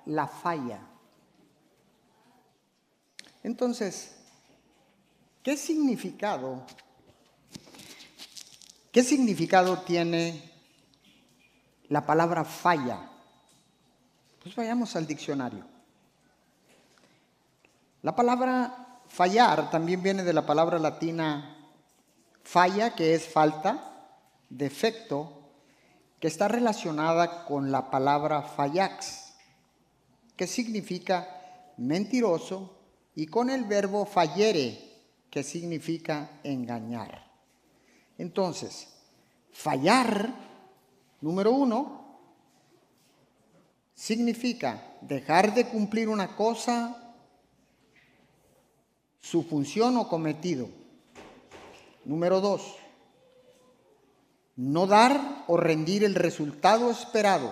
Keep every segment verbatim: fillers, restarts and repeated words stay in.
la falla. Entonces, ¿qué significado, qué significado tiene la palabra falla? Pues vayamos al diccionario. La palabra fallar también viene de la palabra latina falla, que es falta, defecto, que está relacionada con la palabra fallax, que significa mentiroso, y con el verbo fallere, que significa engañar. Entonces, fallar, número uno, significa dejar de cumplir una cosa, su función o cometido. Número dos, no dar o rendir el resultado esperado.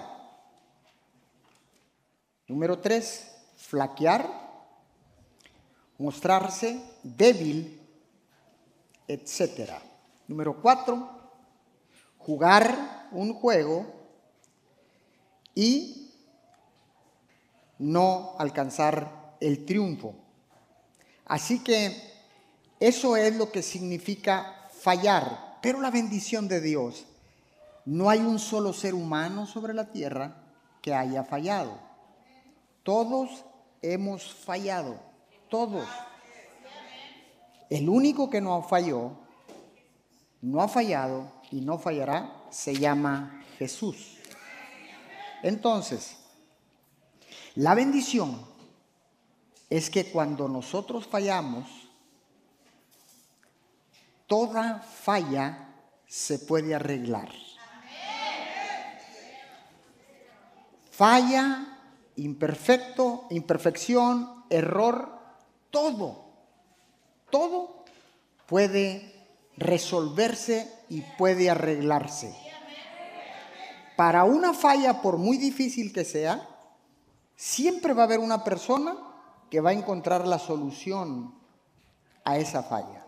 Número tres, flaquear, mostrarse débil, etcétera. Número cuatro, jugar un juego y no alcanzar el triunfo. Así que eso es lo que significa fallar. Pero la bendición de Dios, no hay un solo ser humano sobre la tierra que haya fallado. Todos hemos fallado, todos. El único que no falló, no ha fallado y no fallará, se llama Jesús. Entonces, la bendición es que cuando nosotros fallamos, toda falla se puede arreglar. Falla, imperfecto, imperfección, error, todo, todo puede resolverse y puede arreglarse. Para una falla, por muy difícil que sea, siempre va a haber una persona que va a encontrar la solución a esa falla.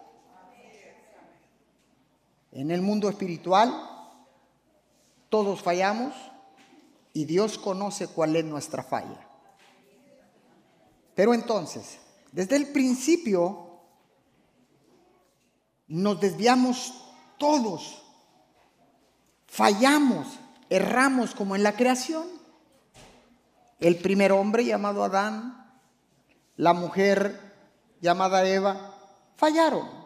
En el mundo espiritual, todos fallamos y Dios conoce cuál es nuestra falla. Pero entonces, desde el principio, nos desviamos todos, fallamos, erramos como en la creación. El primer hombre llamado Adán, la mujer llamada Eva, fallaron.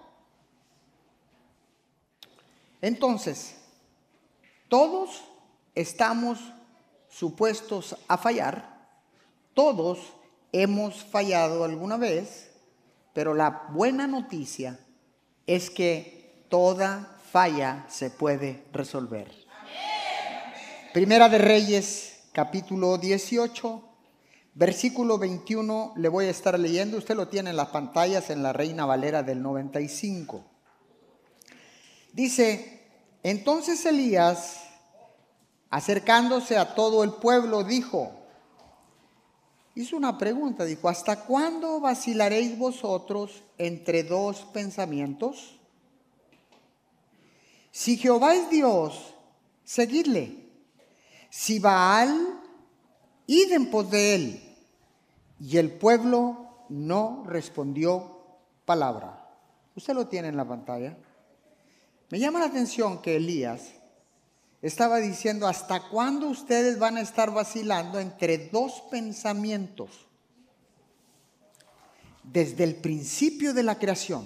Entonces, todos estamos supuestos a fallar, todos hemos fallado alguna vez, pero la buena noticia es que toda falla se puede resolver. Primera de Reyes, capítulo dieciocho, versículo veintiuno, le voy a estar leyendo, usted lo tiene en las pantallas en la Reina Valera del noventa y cinco. Dice, entonces Elías, acercándose a todo el pueblo, dijo, hizo una pregunta, dijo, ¿hasta cuándo vacilaréis vosotros entre dos pensamientos? Si Jehová es Dios, seguidle. Si Baal, id en pos de él. Y el pueblo no respondió palabra. Usted lo tiene en la pantalla. Me llama la atención que Elías estaba diciendo, ¿hasta cuándo ustedes van a estar vacilando entre dos pensamientos? Desde el principio de la creación,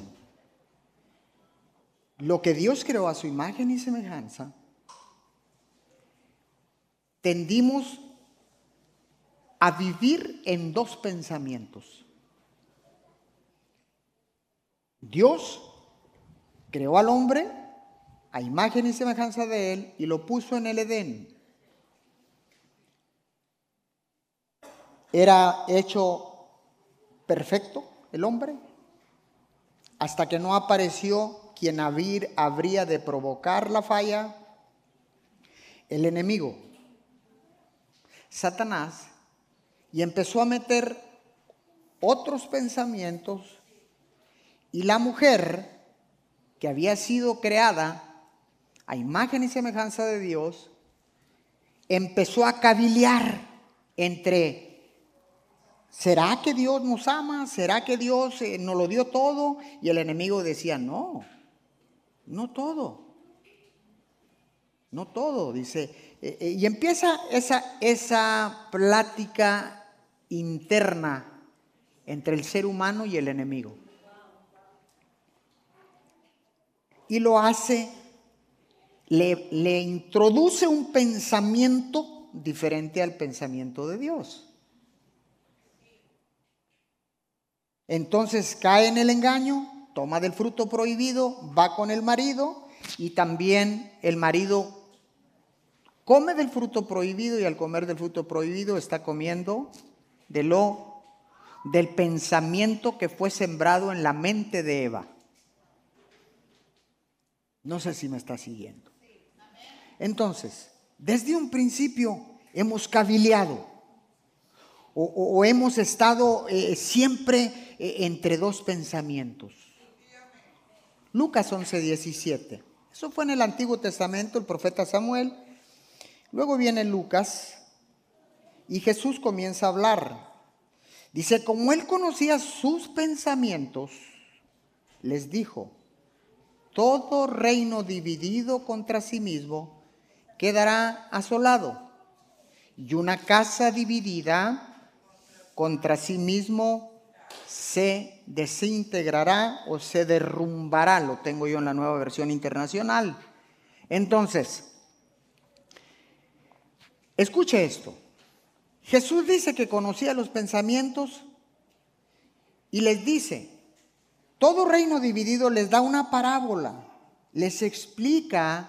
lo que Dios creó a su imagen y semejanza, tendimos a vivir en dos pensamientos. Dios creó al hombre a imagen y semejanza de él y lo puso en el Edén. Era hecho perfecto el hombre hasta que no apareció quien habría de provocar la falla, el enemigo, Satanás, y empezó a meter otros pensamientos, y la mujer que había sido creada a imagen y semejanza de Dios, empezó a cavilear entre ¿Será que Dios nos ama? ¿Será que Dios eh, nos lo dio todo? Y el enemigo decía, no, no todo. No todo, dice. Eh, eh, y empieza esa, esa plática interna entre el ser humano y el enemigo. Y lo hace, le, le introduce un pensamiento diferente al pensamiento de Dios. Entonces cae en el engaño, toma del fruto prohibido, va con el marido y también el marido come del fruto prohibido y al comer del fruto prohibido está comiendo de lo, del pensamiento que fue sembrado en la mente de Eva. No sé si me está siguiendo. Entonces, desde un principio hemos cavileado. O, o, o hemos estado eh, siempre eh, entre dos pensamientos. Lucas once, diecisiete. Eso fue en el Antiguo Testamento, el profeta Samuel. Luego viene Lucas y Jesús comienza a hablar. Dice, como él conocía sus pensamientos, les dijo, todo reino dividido contra sí mismo quedará asolado, y una casa dividida contra sí mismo se desintegrará o se derrumbará. Lo tengo yo en la Nueva Versión Internacional. Entonces, escuche esto. Jesús dice que conocía los pensamientos y les dice, todo reino dividido, les da una parábola, les explica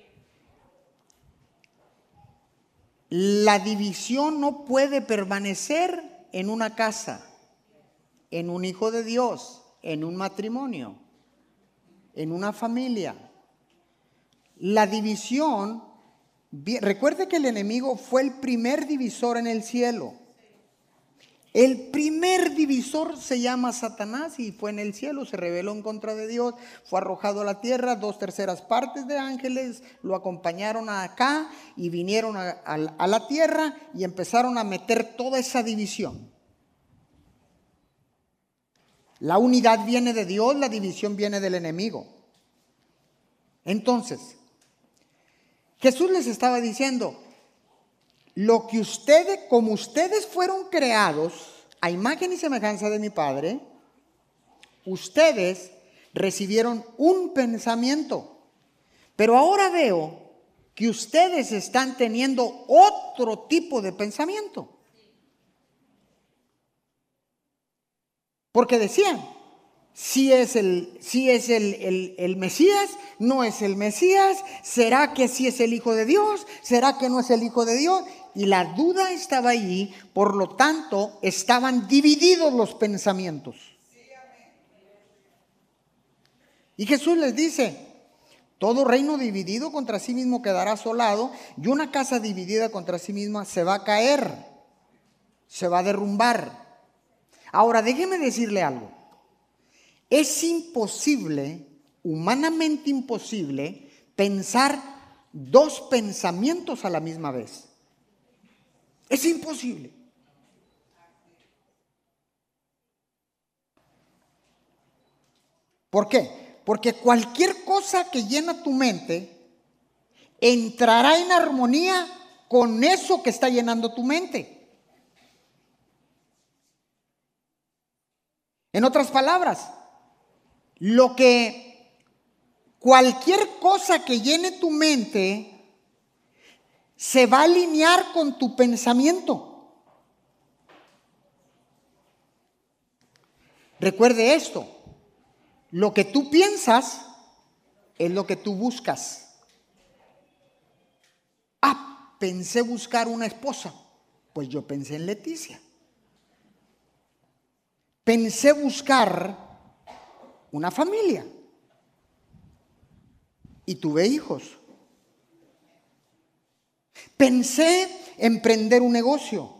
la división no puede permanecer en una casa, en un hijo de Dios, en un matrimonio, en una familia. La división, recuerde que el enemigo fue el primer divisor en el cielo. El primer divisor se llama Satanás y fue en el cielo, se rebeló en contra de Dios, fue arrojado a la tierra, dos terceras partes de ángeles lo acompañaron acá y vinieron a, a, a la tierra y empezaron a meter toda esa división. La unidad viene de Dios, la división viene del enemigo. Entonces, Jesús les estaba diciendo, lo que ustedes, como ustedes fueron creados a imagen y semejanza de mi Padre, ustedes recibieron un pensamiento. Pero ahora veo que ustedes están teniendo otro tipo de pensamiento. Porque decían, si es el, si es el, el, el Mesías, no es el Mesías, ¿será que sí es el Hijo de Dios? ¿Será que no es el Hijo de Dios? Y la duda estaba allí, por lo tanto, estaban divididos los pensamientos. Y Jesús les dice, todo reino dividido contra sí mismo quedará asolado, y una casa dividida contra sí misma se va a caer, se va a derrumbar. Ahora, déjeme decirle algo. Es imposible, humanamente imposible, pensar dos pensamientos a la misma vez. Es imposible. ¿Por qué? Porque cualquier cosa que llena tu mente entrará en armonía con eso que está llenando tu mente. En otras palabras, lo que cualquier cosa que llene tu mente se va a alinear con tu pensamiento. Recuerde esto, lo que tú piensas es lo que tú buscas. Ah, pensé buscar una esposa, pues yo pensé en Leticia. Pensé buscar una familia y tuve hijos. Pensé emprender un negocio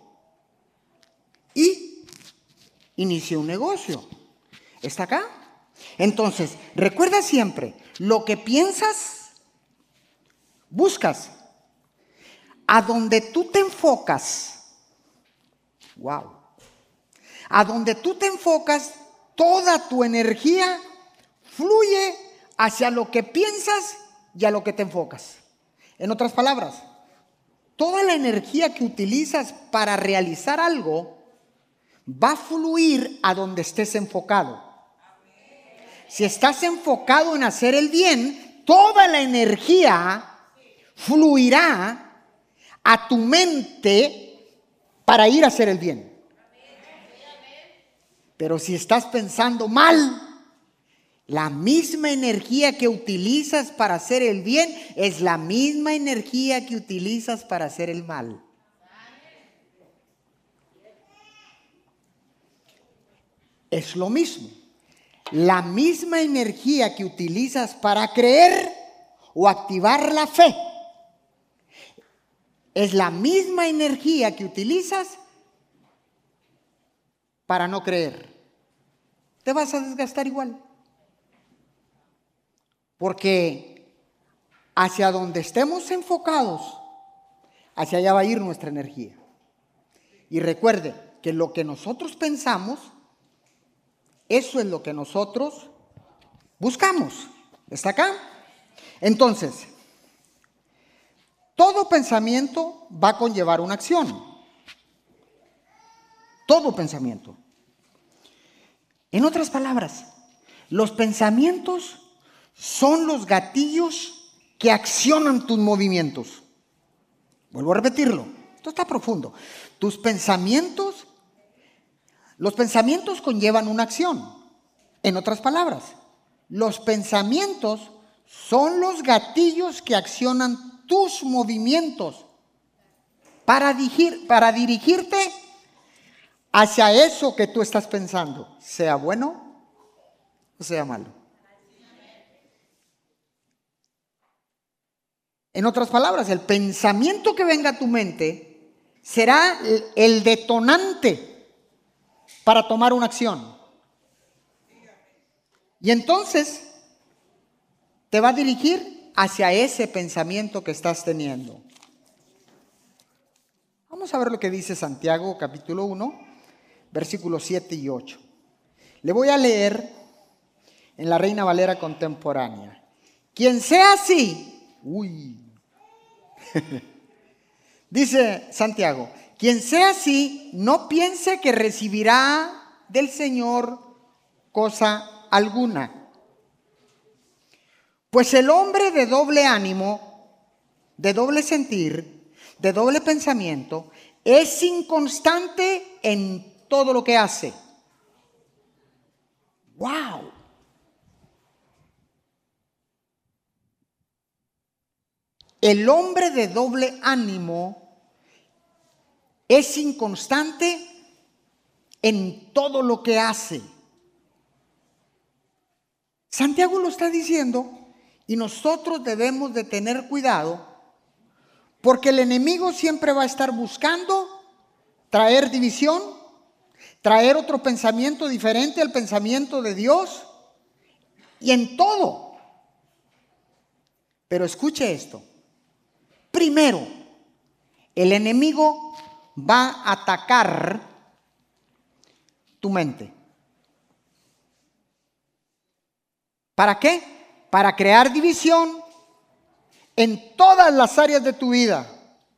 y inicié un negocio. ¿Está acá? Entonces, recuerda siempre, lo que piensas, buscas. A donde tú te enfocas, wow, A donde tú te enfocas, toda tu energía fluye hacia lo que piensas y a lo que te enfocas. En otras palabras, toda la energía que utilizas para realizar algo va a fluir a donde estés enfocado. Si estás enfocado en hacer el bien, toda la energía fluirá a tu mente para ir a hacer el bien. Pero si estás pensando mal, la misma energía que utilizas para hacer el bien es la misma energía que utilizas para hacer el mal. Es lo mismo. La misma energía que utilizas para creer o activar la fe es la misma energía que utilizas para no creer. Te vas a desgastar igual. Porque hacia donde estemos enfocados, hacia allá va a ir nuestra energía. Y recuerde que lo que nosotros pensamos, eso es lo que nosotros buscamos. ¿Está acá? Entonces, todo pensamiento va a conllevar una acción. Todo pensamiento. En otras palabras, los pensamientos son los gatillos que accionan tus movimientos. Vuelvo a repetirlo. Esto está profundo. Tus pensamientos, los pensamientos conllevan una acción. En otras palabras, los pensamientos son los gatillos que accionan tus movimientos para, dirigir, para dirigirte hacia eso que tú estás pensando, sea bueno o sea malo. En otras palabras, el pensamiento que venga a tu mente será el detonante para tomar una acción. Y entonces te va a dirigir hacia ese pensamiento que estás teniendo. Vamos a ver lo que dice Santiago capítulo uno, versículos siete y ocho. Le voy a leer en la Reina Valera contemporánea. Quien sea así, uy, dice Santiago, quien sea así, no piense que recibirá del Señor cosa alguna. Pues el hombre de doble ánimo, de doble sentir, de doble pensamiento, es inconstante en todo lo que hace. ¡Wow! El hombre de doble ánimo es inconstante en todo lo que hace. Santiago lo está diciendo y nosotros debemos de tener cuidado porque el enemigo siempre va a estar buscando traer división, traer otro pensamiento diferente al pensamiento de Dios y en todo. Pero escuche esto. Primero, el enemigo va a atacar tu mente. ¿Para qué? Para crear división en todas las áreas de tu vida.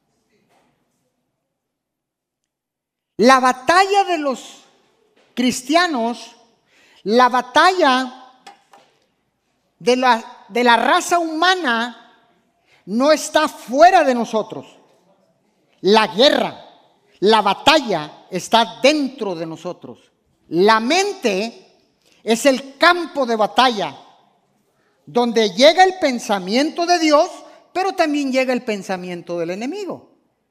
La batalla de los cristianos, la batalla de la, de la raza humana no está fuera de nosotros. La guerra, la batalla está dentro de nosotros. La mente es el campo de batalla donde llega el pensamiento de Dios, pero también llega el pensamiento del enemigo.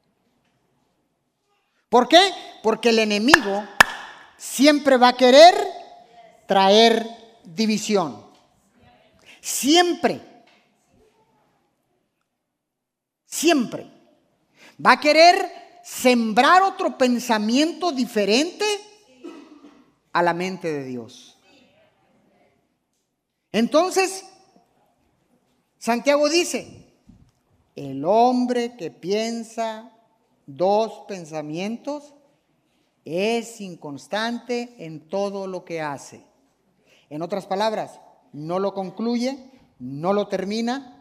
¿Por qué? Porque el enemigo siempre va a querer traer división. Siempre. Siempre. Va a querer sembrar otro pensamiento diferente a la mente de Dios. Entonces, Santiago dice, el hombre que piensa dos pensamientos es inconstante en todo lo que hace. En otras palabras, no lo concluye, no lo termina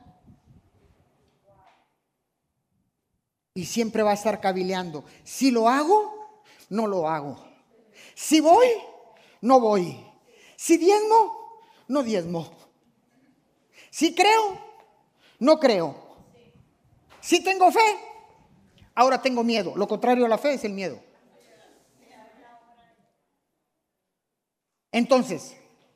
y siempre va a estar cavileando. Si lo hago, no lo hago. Si voy, no voy. Si diezmo, no diezmo. Si creo, no creo. Si tengo fe, ahora tengo miedo. Lo contrario a la fe es el miedo. Entonces,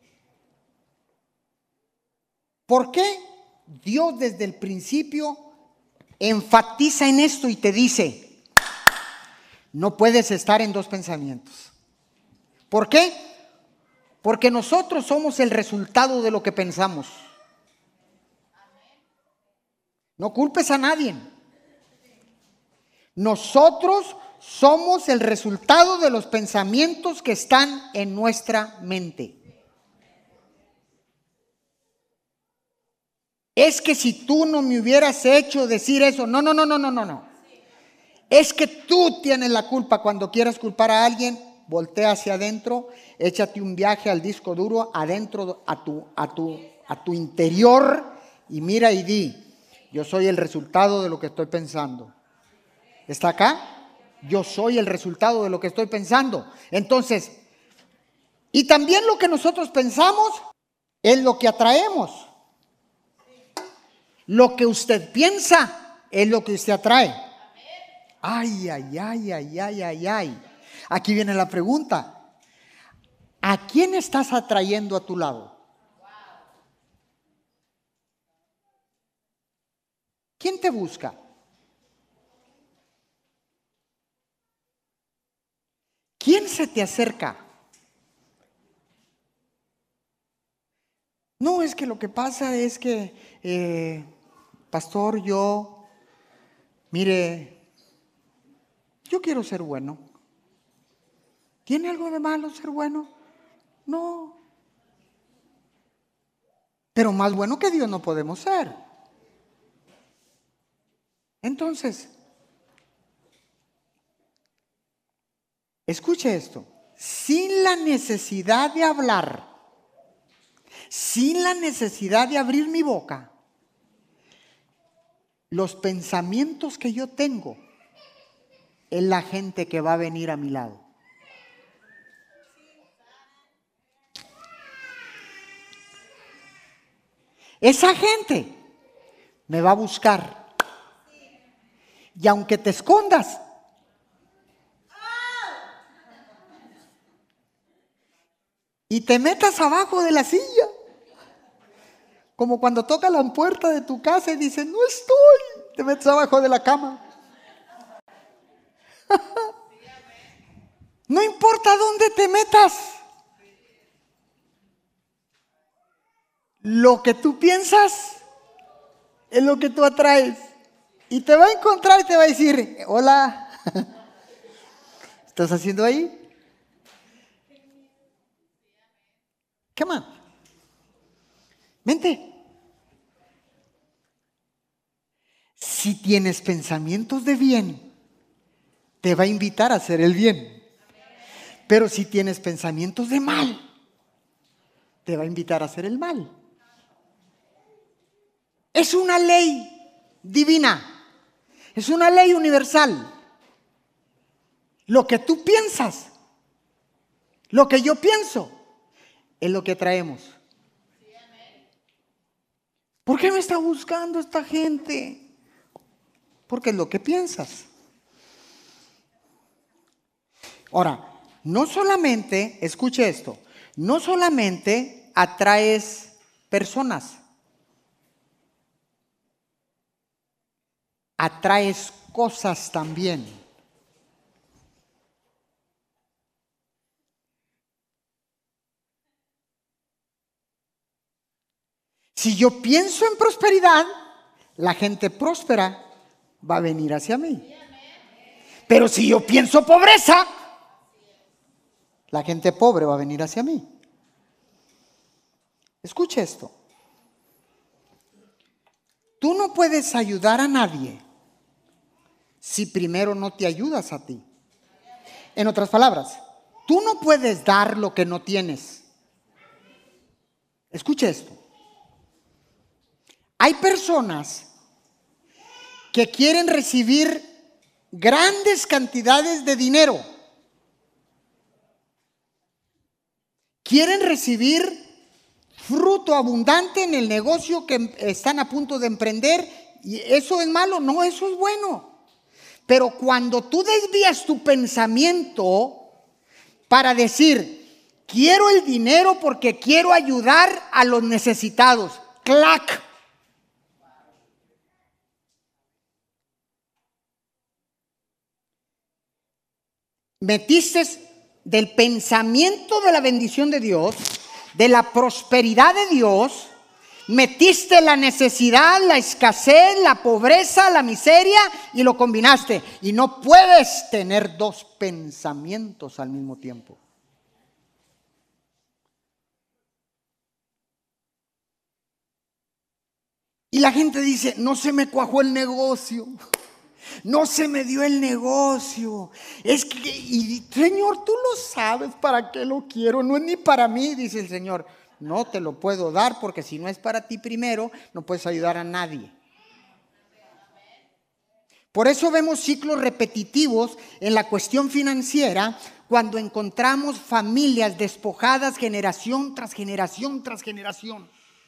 ¿por qué Dios desde el principio enfatiza en esto y te dice, no puedes estar en dos pensamientos? ¿Por qué? Porque nosotros somos el resultado de lo que pensamos. No culpes a nadie. Nosotros somos el resultado de los pensamientos que están en nuestra mente. Es que si tú no me hubieras hecho decir eso, no, no, no, no, no, no, no. Es que tú tienes la culpa. Cuando quieras culpar a alguien, voltea hacia adentro, échate un viaje al disco duro, adentro, a tu, a tu, a tu interior, y mira y di, yo soy el resultado de lo que estoy pensando. ¿Está acá? Yo soy el resultado de lo que estoy pensando. Entonces, y también lo que nosotros pensamos es lo que atraemos. Lo que usted piensa es lo que usted atrae. Ay, ay, ay, ay, ay, ay, ay. Aquí viene la pregunta. ¿A quién estás atrayendo a tu lado? ¿Quién te busca? ¿Quién se te acerca? No, es que lo que pasa es que, eh, pastor, yo, mire, yo quiero ser bueno. ¿Tiene algo de malo ser bueno? No. Pero más bueno que Dios no podemos ser. Entonces, escuche esto. Sin la necesidad de hablar, sin la necesidad de abrir mi boca, los pensamientos que yo tengo es la gente que va a venir a mi lado. Esa gente me va a buscar. Y aunque te escondas, y te metas abajo de la silla, como cuando toca la puerta de tu casa y dices, no estoy, te metes abajo de la cama. No importa dónde te metas, lo que tú piensas es lo que tú atraes. Y te va a encontrar y te va a decir, hola, ¿estás haciendo ahí? ¿Qué más? Mente. Si tienes pensamientos de bien, te va a invitar a hacer el bien. Pero si tienes pensamientos de mal, te va a invitar a hacer el mal. Es una ley divina. Es una ley universal. Lo que tú piensas, lo que yo pienso, es lo que traemos. ¿Por qué me está buscando esta gente? Porque es lo que piensas. Ahora, no solamente, escuche esto, no solamente atraes personas, atraes cosas también. Si yo pienso en prosperidad, la gente próspera va a venir hacia mí. Pero si yo pienso pobreza, la gente pobre va a venir hacia mí. Escuche esto. Tú no puedes ayudar a nadie si primero no te ayudas a ti. En otras palabras, tú no puedes dar lo que no tienes. Escuche esto. Hay personas que quieren recibir grandes cantidades de dinero. Quieren recibir fruto abundante en el negocio que están a punto de emprender. ¿Y eso es malo? No, eso es bueno. Pero cuando tú desvías tu pensamiento para decir, quiero el dinero porque quiero ayudar a los necesitados. ¡Clac! Metiste del pensamiento de la bendición de Dios, de la prosperidad de Dios, metiste la necesidad, la escasez, la pobreza, la miseria y lo combinaste. Y no puedes tener dos pensamientos al mismo tiempo. Y la gente dice, no se me cuajó el negocio. No se me dio el negocio. Es que, y, Señor, tú lo sabes para qué lo quiero. No es ni para mí, dice el Señor. No te lo puedo dar porque si no es para ti primero, no puedes ayudar a nadie. Por eso vemos ciclos repetitivos en la cuestión financiera cuando encontramos familias despojadas generación tras generación tras generación.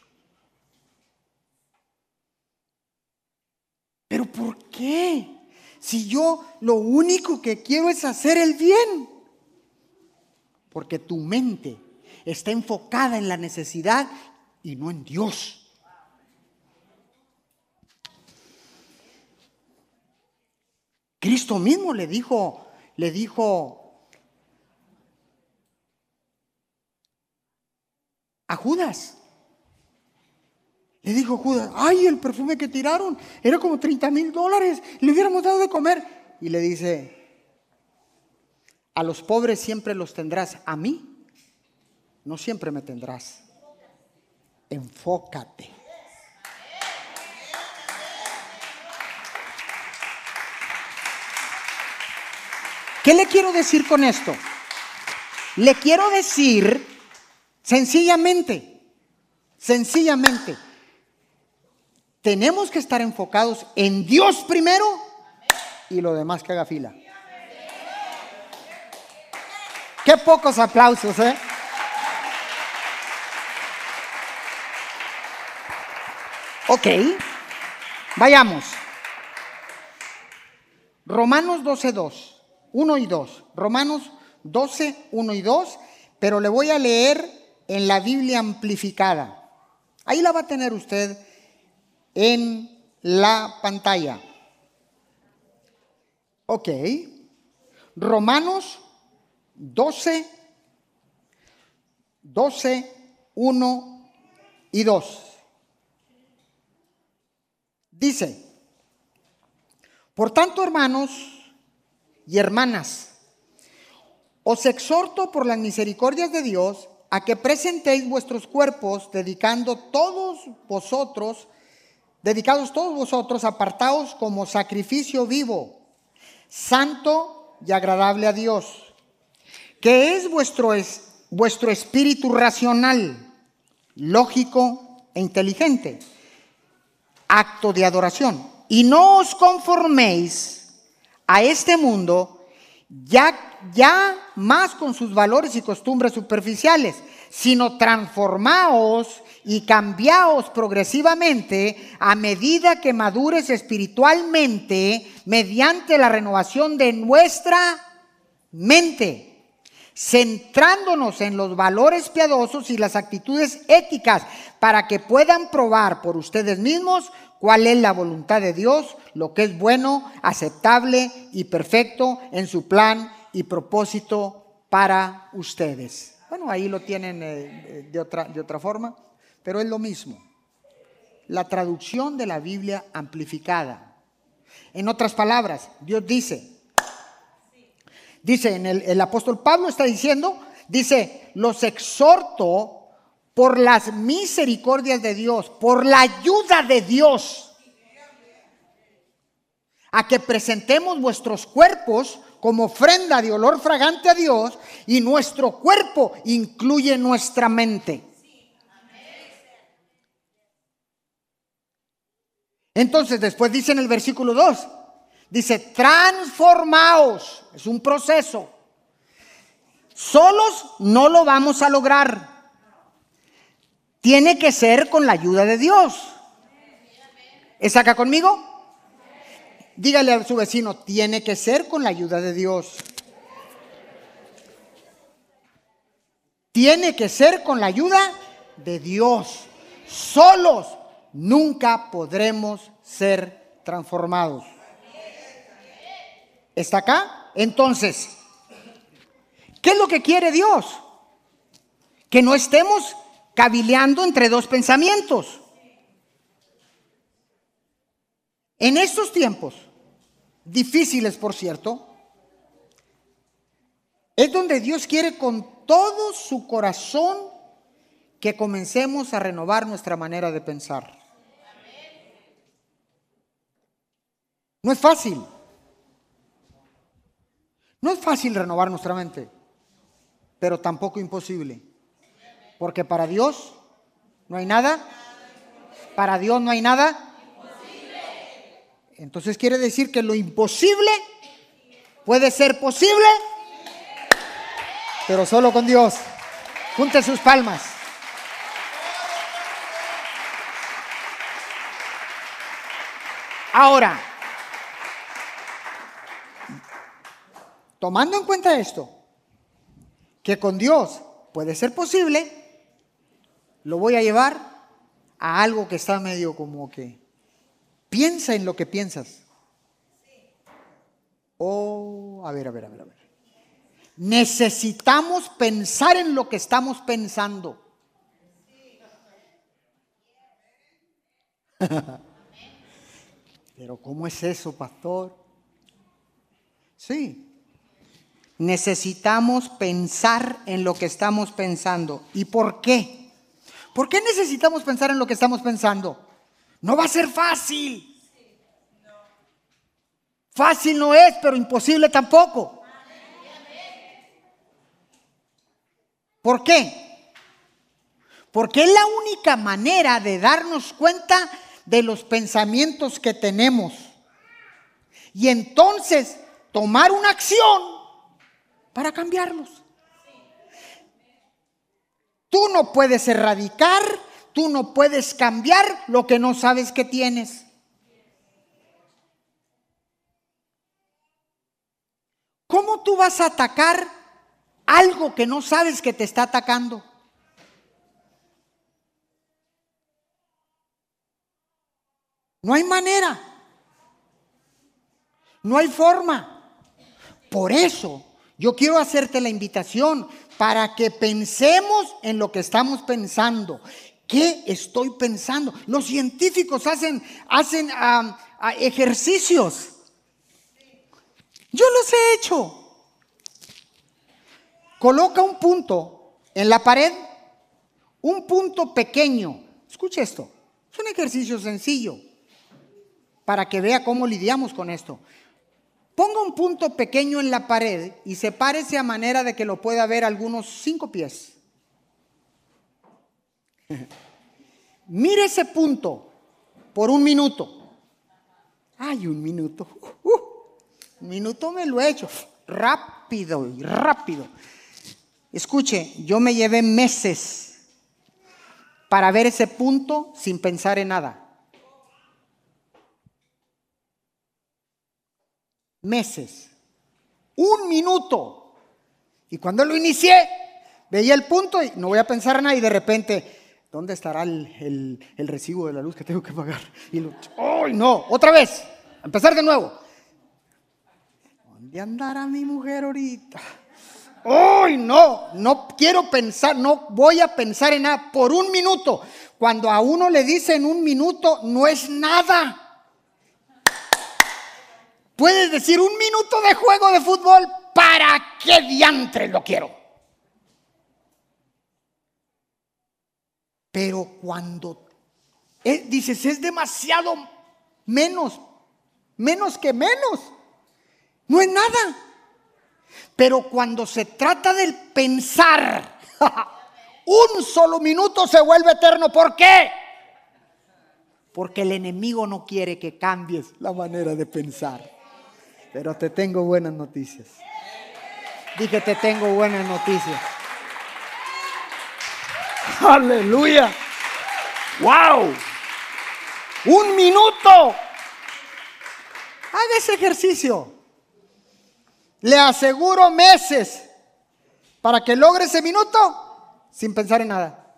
¿Pero por qué? Si yo lo único que quiero es hacer el bien. Porque tu mente está enfocada en la necesidad y no en Dios. Cristo mismo le dijo, le dijo a Judas. Le dijo Judas, ay, el perfume que tiraron era como treinta mil dólares, le hubiéramos dado de comer. Y le dice, a los pobres siempre los tendrás, a mí no siempre me tendrás. Enfócate. ¿Qué le quiero decir con esto? Le quiero decir sencillamente, sencillamente, tenemos que estar enfocados en Dios primero y lo demás que haga fila. Qué pocos aplausos, ¿eh? Ok, vayamos. Romanos doce, dos, uno y dos. Romanos doce, uno y dos, pero le voy a leer en la Biblia amplificada. Ahí la va a tener usted en la pantalla. Ok. Romanos doce, doce, uno y dos. Dice, por tanto, hermanos y hermanas, os exhorto por las misericordias de Dios a que presentéis vuestros cuerpos, dedicando todos vosotros, dedicados todos vosotros, apartaos como sacrificio vivo, santo y agradable a Dios, que es vuestro, es, vuestro espíritu racional, lógico e inteligente, acto de adoración. Y no os conforméis a este mundo, ya, ya más con sus valores y costumbres superficiales, sino transformaos y cambiaos progresivamente a medida que madures espiritualmente mediante la renovación de nuestra mente, centrándonos en los valores piadosos y las actitudes éticas para que puedan probar por ustedes mismos cuál es la voluntad de Dios, lo que es bueno, aceptable y perfecto en su plan y propósito para ustedes. Bueno, ahí lo tienen eh, de otra, de otra forma, pero es lo mismo. La traducción de la Biblia amplificada. En otras palabras, Dios dice, dice en el, el apóstol Pablo está diciendo, dice, los exhorto por las misericordias de Dios, por la ayuda de Dios, a que presentemos vuestros cuerpos como ofrenda de olor fragante a Dios, y nuestro cuerpo incluye nuestra mente. Entonces después dice en el versículo dos, dice, transformaos, es un proceso. Solos no lo vamos a lograr. Tiene que ser con la ayuda de Dios. ¿Es acá conmigo? Dígale a su vecino, tiene que ser con la ayuda de Dios. Tiene que ser con la ayuda de Dios. Solos nunca podremos ser transformados. ¿Está acá? Entonces, ¿qué es lo que quiere Dios? Que no estemos cavileando entre dos pensamientos. En estos tiempos, difíciles por cierto, es donde Dios quiere con todo su corazón que comencemos a renovar nuestra manera de pensar. No es fácil. No es fácil renovar nuestra mente, pero tampoco imposible. Porque para Dios no hay nada. Para Dios no hay nada. Entonces quiere decir que lo imposible puede ser posible, pero solo con Dios. Junte sus palmas. Ahora, tomando en cuenta esto, que con Dios puede ser posible, lo voy a llevar a algo que está medio como que piensa en lo que piensas. Oh, a ver, a ver, a ver, a ver. Necesitamos pensar en lo que estamos pensando. Pero ¿cómo es eso, pastor? Sí. Necesitamos pensar en lo que estamos pensando. ¿Y por qué? ¿Por qué necesitamos pensar en lo que estamos pensando? No va a ser fácil. Fácil no es, pero imposible tampoco. ¿Por qué? Porque es la única manera de darnos cuenta de los pensamientos que tenemos. Y entonces tomar una acción para cambiarlos. Tú no puedes erradicar, tú no puedes cambiar lo que no sabes que tienes. ¿Cómo tú vas a atacar algo que no sabes que te está atacando? No hay manera. No hay forma. Por eso yo quiero hacerte la invitación para que pensemos en lo que estamos pensando. ¿Qué estoy pensando? Los científicos hacen, hacen um, uh, ejercicios. Yo los he hecho. Coloca un punto en la pared, un punto pequeño. Escuche esto. Es un ejercicio sencillo para que vea cómo lidiamos con esto. Ponga un punto pequeño en la pared y sepárese a manera de que lo pueda ver algunos cinco pies. Mire ese punto por un minuto. Ay, un minuto. Uh, un minuto me lo he hecho. Rápido y rápido. Escuche, yo me llevé meses para ver ese punto sin pensar en nada. Meses. Un minuto. Y cuando lo inicié, veía el punto y no voy a pensar nada y de repente, ¿dónde estará el, el, el recibo de la luz que tengo que pagar? Y lo, ¡ay, no! Otra vez. A empezar de nuevo. ¿Dónde andará mi mujer ahorita? ¡Ay, no! No quiero pensar, no voy a pensar en nada por un minuto. Cuando a uno le dicen un minuto, no es nada. Puedes decir un minuto de juego de fútbol, ¿para qué diantres lo quiero? Pero cuando eh, dices es demasiado menos, menos que menos, no es nada. Pero cuando se trata del pensar, un solo minuto se vuelve eterno. ¿Por qué? Porque el enemigo no quiere que cambies la manera de pensar. Pero te tengo buenas noticias. Dije, te tengo buenas noticias. Aleluya. Wow. Un minuto. Haga ese ejercicio. Le aseguro meses para que logre ese minuto sin pensar en nada.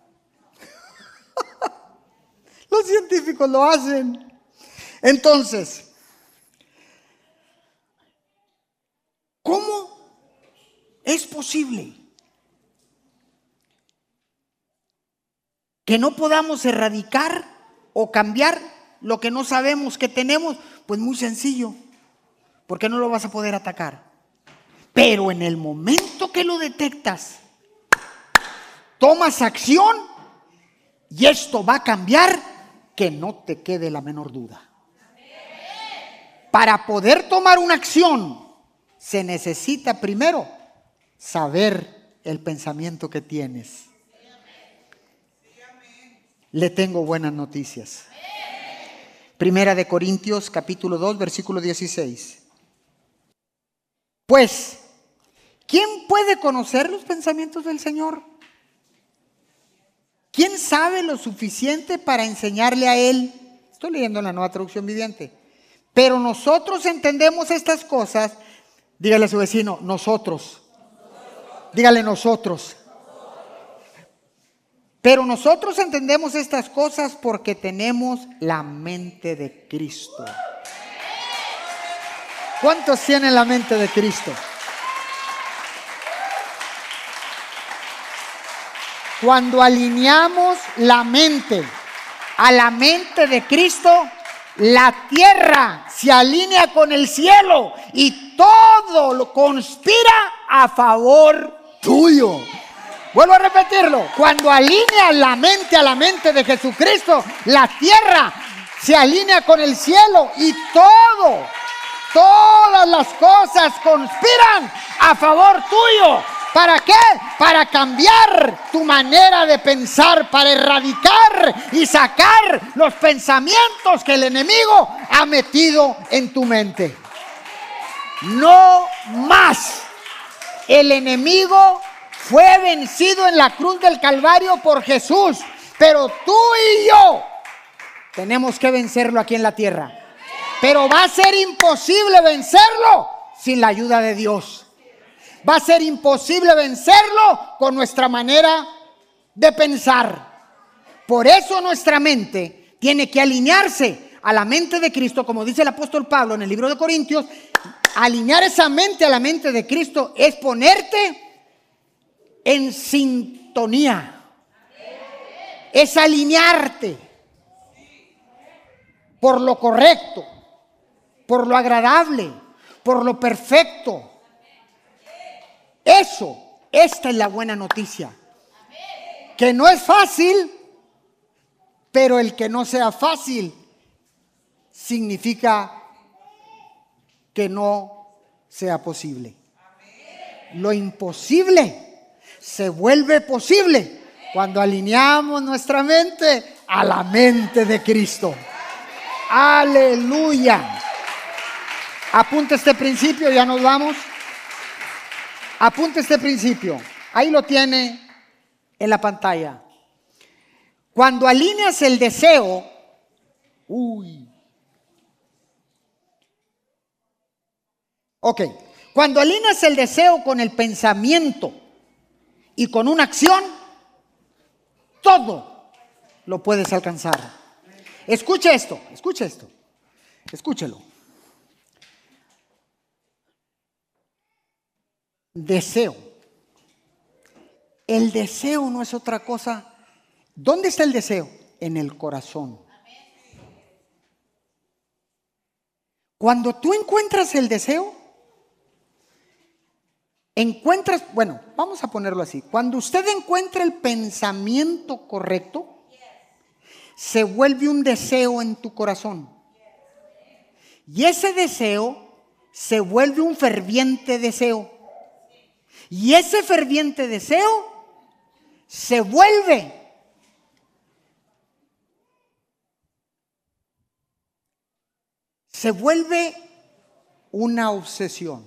Los científicos lo hacen. Entonces, ¿cómo es posible que no podamos erradicar o cambiar lo que no sabemos que tenemos? Pues muy sencillo, porque no lo vas a poder atacar. Pero en el momento que lo detectas, tomas acción y esto va a cambiar, que no te quede la menor duda. Para poder tomar una acción, se necesita primero saber el pensamiento que tienes. Le tengo buenas noticias. Primera de Corintios capítulo dos, versículo dieciséis. Pues, ¿quién puede conocer los pensamientos del Señor? ¿Quién sabe lo suficiente para enseñarle a Él? Estoy leyendo la Nueva Traducción Viviente. Pero nosotros entendemos estas cosas. Dígale a su vecino, nosotros. Dígale nosotros. Pero nosotros entendemos estas cosas porque tenemos la mente de Cristo. ¿Cuántos tienen la mente de Cristo? Cuando alineamos la mente a la mente de Cristo, la tierra se alinea con el cielo y todo lo conspira a favor tuyo. Vuelvo a repetirlo. Cuando alineas la mente a la mente de Jesucristo, la tierra se alinea con el cielo y todo, todas las cosas conspiran a favor tuyo. ¿Para qué? Para cambiar tu manera de pensar, para erradicar y sacar los pensamientos que el enemigo ha metido en tu mente. No más. El enemigo fue vencido en la cruz del Calvario por Jesús, pero tú y yo tenemos que vencerlo aquí en la tierra. Pero va a ser imposible vencerlo sin la ayuda de Dios. Va a ser imposible vencerlo con nuestra manera de pensar. Por eso nuestra mente tiene que alinearse a la mente de Cristo, como dice el apóstol Pablo en el libro de Corintios. Alinear esa mente a la mente de Cristo es ponerte en sintonía. Es alinearte por lo correcto, por lo agradable, por lo perfecto. Eso, esta es la buena noticia. Que no es fácil, pero el que no sea fácil significa que no sea posible. Lo imposible se vuelve posible cuando alineamos nuestra mente a la mente de Cristo. Aleluya. Apunta este principio, ya nos vamos. Apunte este principio. Ahí lo tiene en la pantalla. Cuando alineas el deseo, uy. Ok. Cuando alineas el deseo con el pensamiento y con una acción, todo lo puedes alcanzar. Escuche esto, escuche esto. Escúchelo. Deseo. El deseo no es otra cosa. ¿Dónde está el deseo? En el corazón. Cuando tú encuentras el deseo, encuentras, bueno, vamos a ponerlo así. Cuando usted encuentra el pensamiento correcto, se vuelve un deseo en tu corazón. Y ese deseo se vuelve un ferviente deseo. Y ese ferviente deseo se vuelve se vuelve una obsesión.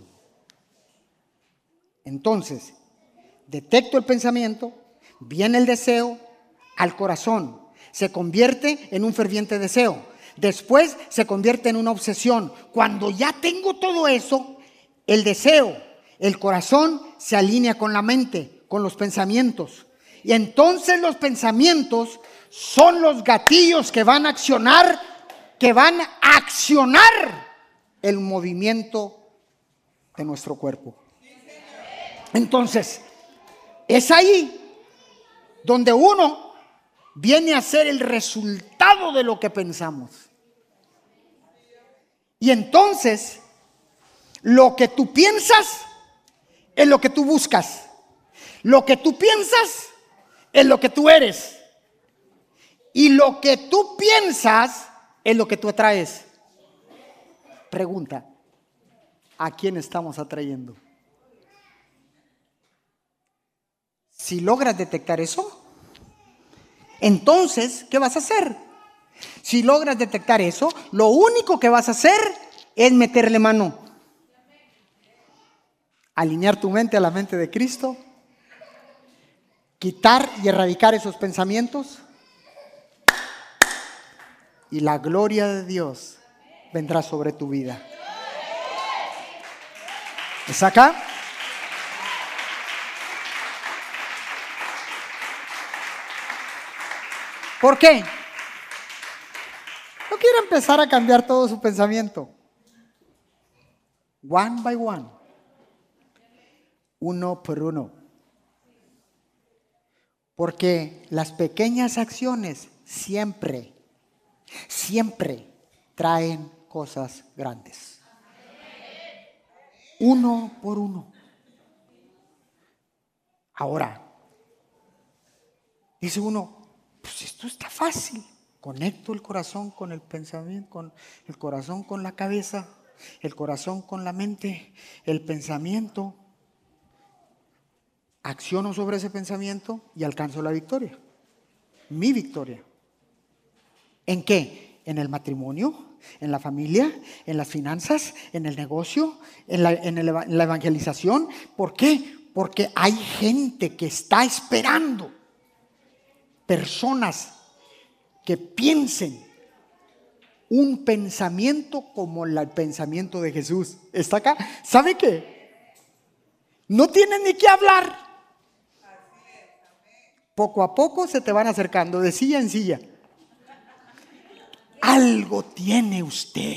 Entonces, detecto el pensamiento, viene el deseo al corazón, se convierte en un ferviente deseo, después se convierte en una obsesión. Cuando ya tengo todo eso, el deseo, el corazón se alinea con la mente, con los pensamientos. Y entonces los pensamientos son los gatillos que van a accionar, que van a accionar el movimiento de nuestro cuerpo. Entonces, es ahí donde uno viene a ser el resultado de lo que pensamos. Y entonces, lo que tú piensas es lo que tú buscas. Lo que tú piensas es lo que tú eres. Y lo que tú piensas es lo que tú atraes. Pregunta, ¿a quién estamos atrayendo? Si logras detectar eso, entonces, ¿qué vas a hacer? Si logras detectar eso, lo único que vas a hacer es meterle mano. Alinear tu mente a la mente de Cristo. Quitar y erradicar esos pensamientos. Y la gloria de Dios vendrá sobre tu vida. ¿Es acá? ¿Por qué? No quiero empezar a cambiar todo su pensamiento. One by one. Uno por uno. Porque las pequeñas acciones siempre, siempre traen cosas grandes. Uno por uno. Ahora, dice uno, pues esto está fácil. Conecto el corazón con el pensamiento, con el corazón con la cabeza, el corazón con la mente, el pensamiento. Acciono sobre ese pensamiento y alcanzo la victoria. Mi victoria. ¿En qué? En el matrimonio, en la familia, en las finanzas, en el negocio, en la, en el, en la evangelización. ¿Por qué? Porque hay gente que está esperando. Personas que piensen un pensamiento como el pensamiento de Jesús. ¿Está acá? ¿Sabe qué? No tienen ni que hablar. Poco a poco se te van acercando de silla en silla. Algo tiene usted.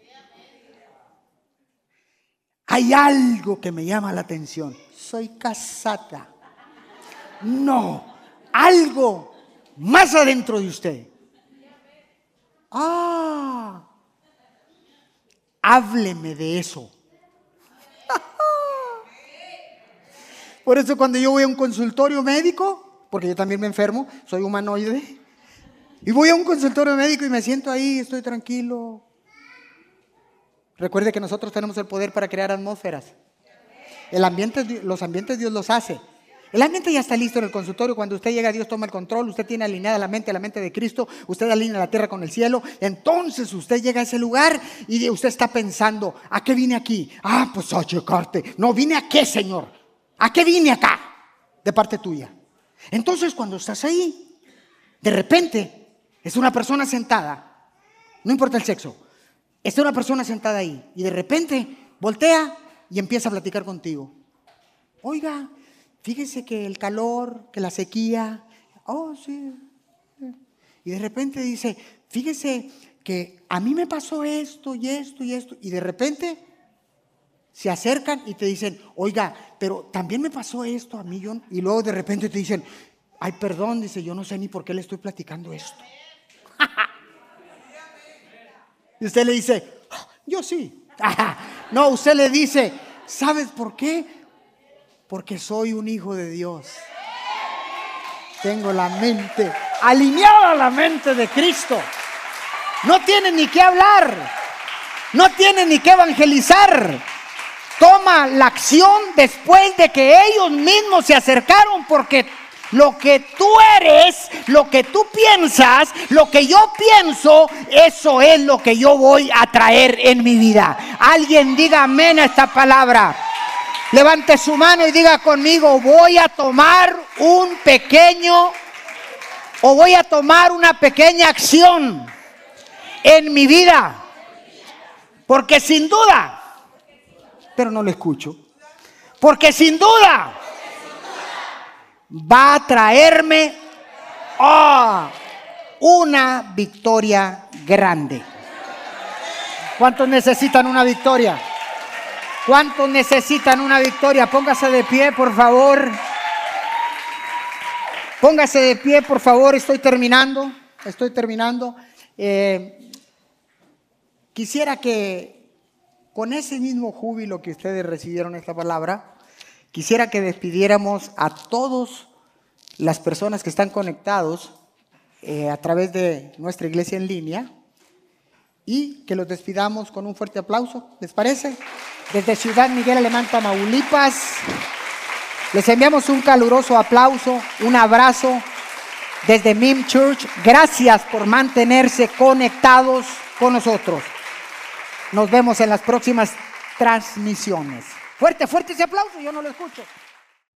Hay algo que me llama la atención. Soy casada. No, algo más adentro de usted. Ah, hábleme de eso. Por eso cuando yo voy a un consultorio médico, porque yo también me enfermo, soy humanoide, y voy a un consultorio médico y me siento ahí, estoy tranquilo. Recuerde que nosotros tenemos el poder para crear atmósferas. El ambiente, los ambientes Dios los hace. El ambiente ya está listo en el consultorio. Cuando usted llega, Dios toma el control. Usted tiene alineada la mente, la mente de Cristo. Usted alinea la tierra con el cielo. Entonces usted llega a ese lugar y usted está pensando, ¿a qué vine aquí? Ah, pues a checarte. No, ¿vine a qué, Señor? ¿A qué vine acá? De parte tuya. Entonces cuando estás ahí, de repente es una persona sentada. No importa el sexo. Está una persona sentada ahí y de repente voltea y empieza a platicar contigo. Oiga, fíjese que el calor, que la sequía, oh sí. Y de repente dice, fíjese que a mí me pasó esto y esto y esto. Y de repente se acercan y te dicen, oiga, pero también me pasó esto a mí. Yo, y luego de repente te dicen, ay, perdón, dice, yo no sé ni por qué le estoy platicando esto. Y usted le dice, yo sí. No, usted le dice, ¿sabes por qué? Porque soy un hijo de Dios. Tengo la mente alineada a la mente de Cristo. No tiene ni que hablar. No tiene ni que evangelizar. toma la acción después de que ellos mismos se acercaron, porque lo que tú eres, lo que tú piensas, lo que yo pienso, eso es lo que yo voy a traer en mi vida. Alguien diga amén a esta palabra. Levante su mano y diga conmigo: voy a tomar un pequeño o voy a tomar una pequeña acción en mi vida. Porque sin duda, pero no lo escucho, porque sin duda va a traerme oh, una victoria grande. ¿Cuántos necesitan una victoria? ¿Cuántos necesitan una victoria? Póngase de pie, por favor. Póngase de pie, por favor. Estoy terminando. Estoy terminando. Eh, quisiera que con ese mismo júbilo que ustedes recibieron esta palabra, quisiera que despidiéramos a todas las personas que están conectados eh, a través de nuestra iglesia en línea, y que los despidamos con un fuerte aplauso. ¿Les parece? Desde Ciudad Miguel Alemán, Tamaulipas, les enviamos un caluroso aplauso, un abrazo desde M I M Church. Gracias por mantenerse conectados con nosotros. Nos vemos en las próximas transmisiones. Fuerte, fuerte ese aplauso, yo no lo escucho.